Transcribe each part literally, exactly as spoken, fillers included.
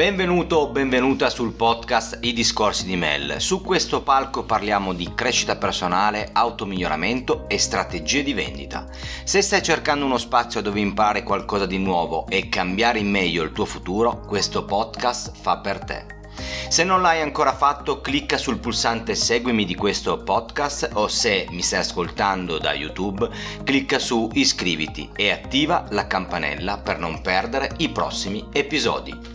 Benvenuto o benvenuta sul podcast I Discorsi di Mel. Su questo palco parliamo di crescita personale, automiglioramento e strategie di vendita. Se stai cercando uno spazio dove imparare qualcosa di nuovo e cambiare in meglio il tuo futuro, questo podcast fa per te. Se non l'hai ancora fatto, clicca sul pulsante seguimi di questo podcast o se mi stai ascoltando da YouTube, clicca su iscriviti e attiva la campanella per non perdere i prossimi episodi.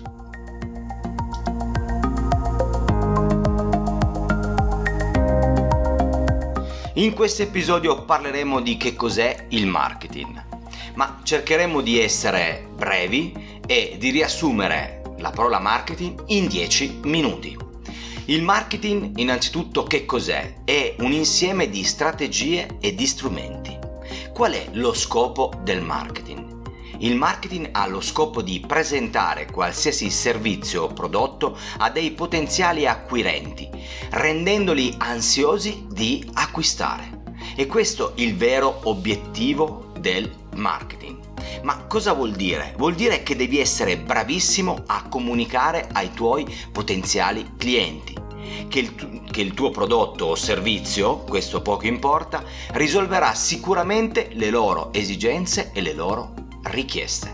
In questo episodio parleremo di che cos'è il marketing, ma cercheremo di essere brevi e di riassumere la parola marketing in dieci minuti. Il marketing, innanzitutto, che cos'è? È un insieme di strategie e di strumenti. Qual è lo scopo del marketing? Il marketing ha lo scopo di presentare qualsiasi servizio o prodotto a dei potenziali acquirenti, rendendoli ansiosi di acquistare. E questo è il vero obiettivo del marketing. Ma cosa vuol dire? Vuol dire che devi essere bravissimo a comunicare ai tuoi potenziali clienti, che il, tu- che il tuo prodotto o servizio, questo poco importa, risolverà sicuramente le loro esigenze e le loro richieste.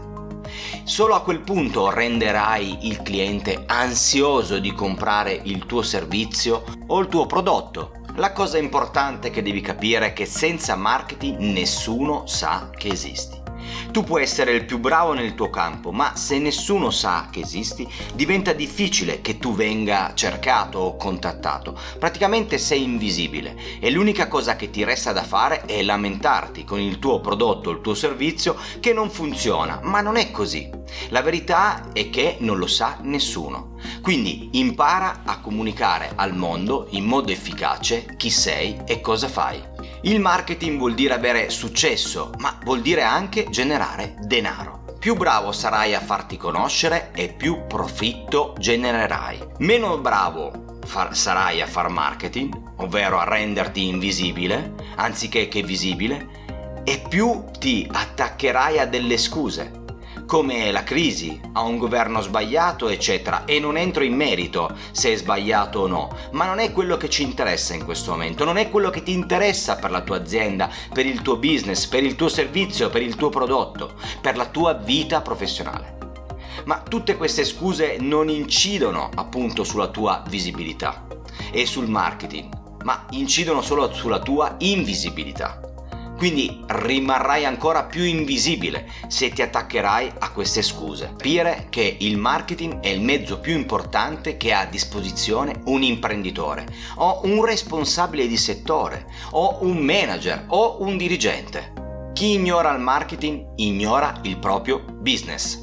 Solo a quel punto renderai il cliente ansioso di comprare il tuo servizio o il tuo prodotto. La cosa importante che devi capire è che senza marketing nessuno sa che esisti. Tu puoi essere il più bravo nel tuo campo, ma se nessuno sa che esisti, diventa difficile che tu venga cercato o contattato. Praticamente sei invisibile e l'unica cosa che ti resta da fare è lamentarti con il tuo prodotto o il tuo servizio che non funziona, ma non è così. La verità è che non lo sa nessuno. Quindi impara a comunicare al mondo in modo efficace chi sei e cosa fai. Il marketing vuol dire avere successo, ma vuol dire anche generare denaro. Più bravo sarai a farti conoscere e più profitto genererai. Meno bravo far- sarai a far marketing, ovvero a renderti invisibile, anziché che visibile, e più ti attaccherai a delle scuse, come la crisi, a un governo sbagliato, eccetera. E non entro in merito se è sbagliato o no, ma non è quello che ci interessa in questo momento, non è quello che ti interessa per la tua azienda, per il tuo business, per il tuo servizio, per il tuo prodotto, per la tua vita professionale. Ma tutte queste scuse non incidono appunto sulla tua visibilità e sul marketing, ma incidono solo sulla tua invisibilità. Quindi rimarrai ancora più invisibile se ti attaccherai a queste scuse. Capire che il marketing è il mezzo più importante che ha a disposizione un imprenditore o un responsabile di settore o un manager o un dirigente. Chi ignora il marketing ignora il proprio business.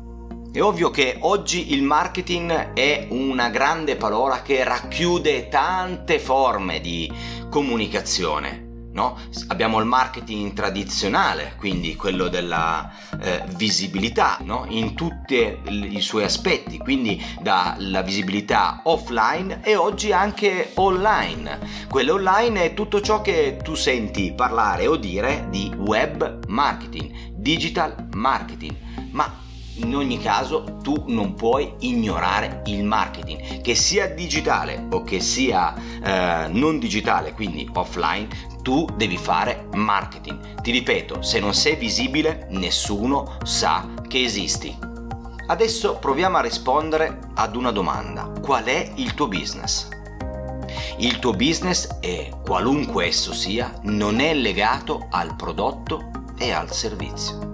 È ovvio che oggi il marketing è una grande parola che racchiude tante forme di comunicazione. No? Abbiamo il marketing tradizionale, quindi quello della eh, visibilità, no? In tutti i suoi aspetti, quindi dalla visibilità offline e oggi anche online. Quello online è tutto ciò che tu senti parlare o dire di web marketing, digital marketing, ma in ogni caso tu non puoi ignorare il marketing, che sia digitale o che sia eh, non digitale, quindi offline. Tu devi fare marketing. Ti ripeto, se non sei visibile, nessuno sa che esisti. Adesso proviamo a rispondere ad una domanda. Qual è il tuo business? Il tuo business, è, qualunque esso sia, non è legato al prodotto e al servizio.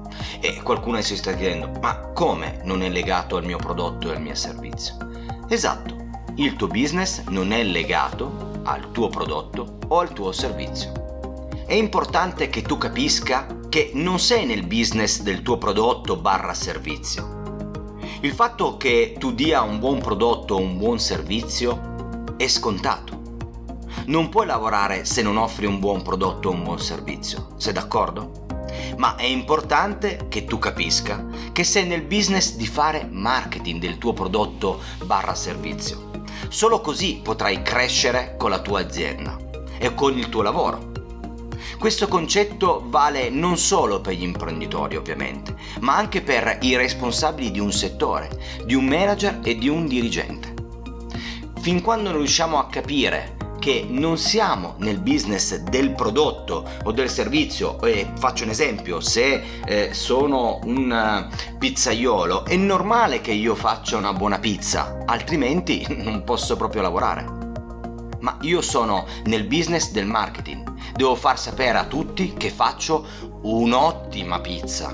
E qualcuno si sta chiedendo, ma come non è legato al mio prodotto e al mio servizio? Esatto, il tuo business non è legato al tuo prodotto o al tuo servizio. È importante che tu capisca che non sei nel business del tuo prodotto barra servizio. Il fatto che tu dia un buon prodotto o un buon servizio è scontato. Non puoi lavorare se non offri un buon prodotto o un buon servizio, sei d'accordo? Ma è importante che tu capisca che sei nel business di fare marketing del tuo prodotto barra servizio. Solo così potrai crescere con la tua azienda e con il tuo lavoro. Questo concetto vale non solo per gli imprenditori ovviamente, ma anche per i responsabili di un settore, di un manager e di un dirigente. Fin quando non riusciamo a capire che non siamo nel business del prodotto o del servizio, e faccio un esempio, se eh, sono un pizzaiolo è normale che io faccia una buona pizza, altrimenti non posso proprio lavorare. Ma io sono nel business del marketing, devo far sapere a tutti che faccio un'ottima pizza.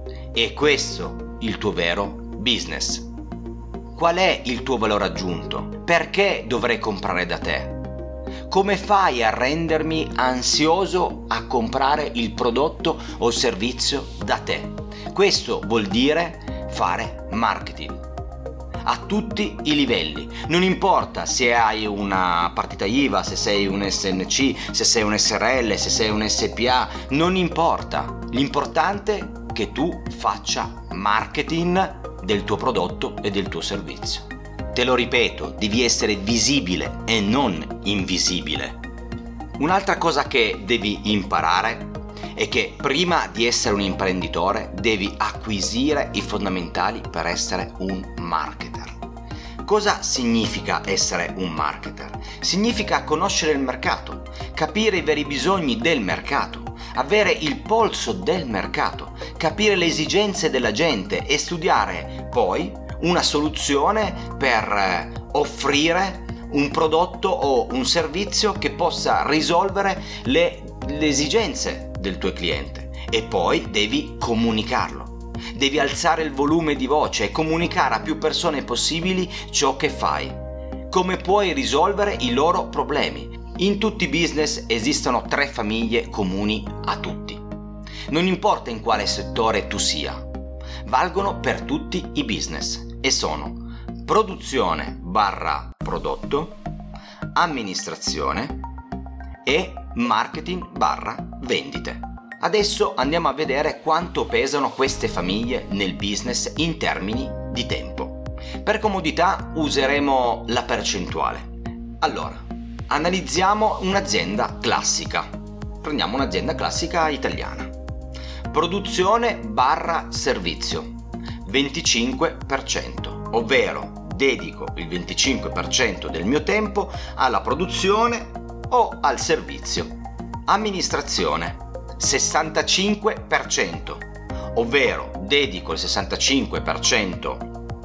E questo il tuo vero business. Qual è il tuo valore aggiunto? Perché dovrei comprare da te? Come fai a rendermi ansioso a comprare il prodotto o servizio da te? Questo vuol dire fare marketing a tutti i livelli. Non importa se hai una partita I V A, se sei un S N C, se sei un S R L, se sei un S P A, non importa. L'importante è che tu faccia marketing del tuo prodotto e del tuo servizio. Te lo ripeto, devi essere visibile e non invisibile. Un'altra cosa che devi imparare è che prima di essere un imprenditore devi acquisire i fondamentali per essere un marketer. Cosa significa essere un marketer? Significa conoscere il mercato, capire i veri bisogni del mercato, avere il polso del mercato, capire le esigenze della gente e studiare poi una soluzione per offrire un prodotto o un servizio che possa risolvere le, le esigenze del tuo cliente. E poi devi comunicarlo, devi alzare il volume di voce e comunicare a più persone possibili ciò che fai, come puoi risolvere i loro problemi. In tutti i business esistono tre famiglie comuni a tutti. Non importa in quale settore tu sia, valgono per tutti i business e sono produzione barra prodotto, amministrazione e marketing barra vendite. Adesso andiamo a vedere quanto pesano queste famiglie nel business in termini di tempo. Per comodità useremo la percentuale. Allora, analizziamo un'azienda classica. Prendiamo un'azienda classica italiana. Produzione barra servizio, venticinque per cento, ovvero dedico il venticinque per cento del mio tempo alla produzione o al servizio. Amministrazione, sessantacinque per cento, ovvero dedico il sessantacinque per cento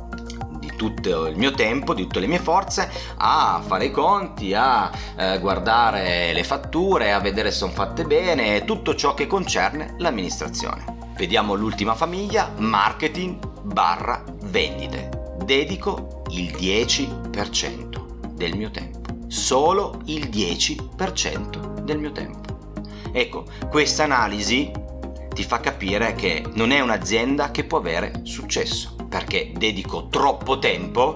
di tutto il mio tempo, di tutte le mie forze a fare i conti, a eh, guardare le fatture, a vedere se sono fatte bene, tutto ciò che concerne l'amministrazione. Vediamo l'ultima famiglia, marketing barra vendite. Dedico il dieci per cento del mio tempo, solo il dieci per cento del mio tempo. Ecco, questa analisi ti fa capire che non è un'azienda che può avere successo, perché dedico troppo tempo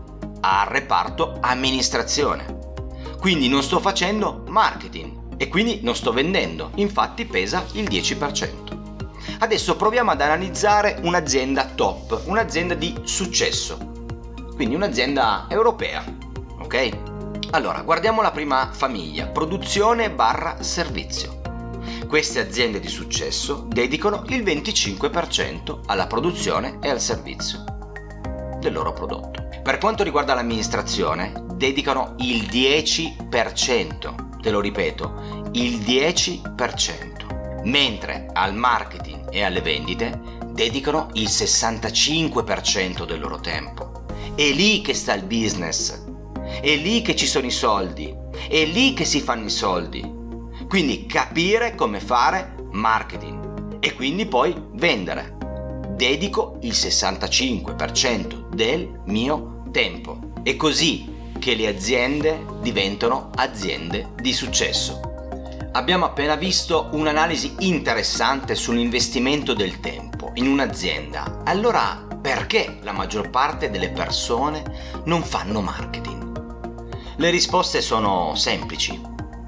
al reparto amministrazione. Quindi non sto facendo marketing e quindi non sto vendendo, infatti pesa il dieci per cento. Adesso proviamo ad analizzare un'azienda top, un'azienda di successo, quindi un'azienda europea, ok? Allora, guardiamo la prima famiglia, produzione barra servizio. Queste aziende di successo dedicano il venticinque per cento alla produzione e al servizio del loro prodotto. Per quanto riguarda l'amministrazione, dedicano il dieci per cento, te lo ripeto, il dieci per cento, mentre al marketing e alle vendite dedicano il sessantacinque per cento del loro tempo. È lì che sta il business, è lì che ci sono i soldi, è lì che si fanno i soldi. Quindi capire come fare marketing e quindi poi vendere. Dedico il sessantacinque per cento del mio tempo. È così che le aziende diventano aziende di successo. Abbiamo appena visto un'analisi interessante sull'investimento del tempo in un'azienda. Allora, perché la maggior parte delle persone non fanno marketing? Le risposte sono semplici.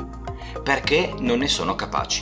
Perché non ne sono capaci,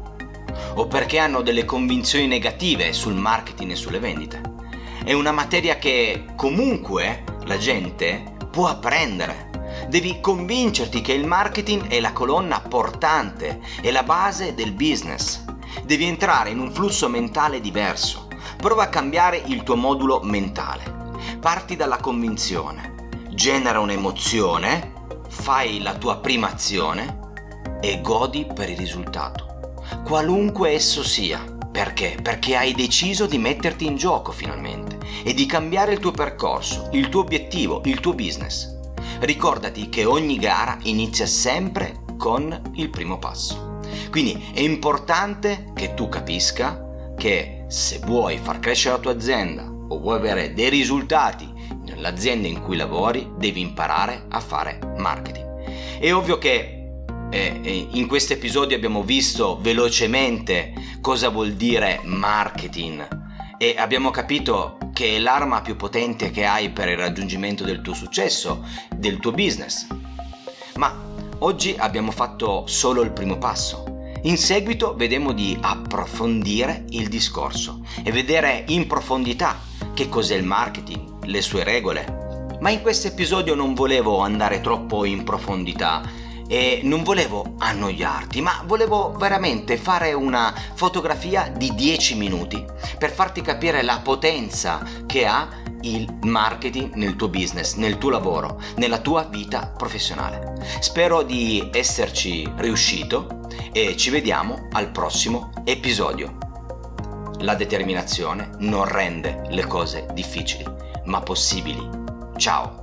o perché hanno delle convinzioni negative sul marketing e sulle vendite. È una materia che comunque la gente può apprendere. Devi convincerti che il marketing è la colonna portante, è la base del business. Devi entrare in un flusso mentale diverso. Prova a cambiare il tuo modulo mentale. Parti dalla convinzione, genera un'emozione, fai la tua prima azione e godi per il risultato, qualunque esso sia. Perché? Perché hai deciso di metterti in gioco finalmente e di cambiare il tuo percorso, il tuo obiettivo, il tuo business. Ricordati che ogni gara inizia sempre con il primo passo. Quindi è importante che tu capisca che se vuoi far crescere la tua azienda o vuoi avere dei risultati nell'azienda in cui lavori, devi imparare a fare marketing. È ovvio che eh, in questo episodio abbiamo visto velocemente cosa vuol dire marketing e abbiamo capito che è l'arma più potente che hai per il raggiungimento del tuo successo, del tuo business. Ma oggi abbiamo fatto solo il primo passo. In seguito vedremo di approfondire il discorso e vedere in profondità che cos'è il marketing, le sue regole. Ma in questo episodio non volevo andare troppo in profondità e non volevo annoiarti, ma volevo veramente fare una fotografia di dieci minuti per farti capire la potenza che ha il marketing nel tuo business, nel tuo lavoro, nella tua vita professionale. Spero di esserci riuscito e ci vediamo al prossimo episodio. La determinazione non rende le cose difficili, ma possibili. Ciao!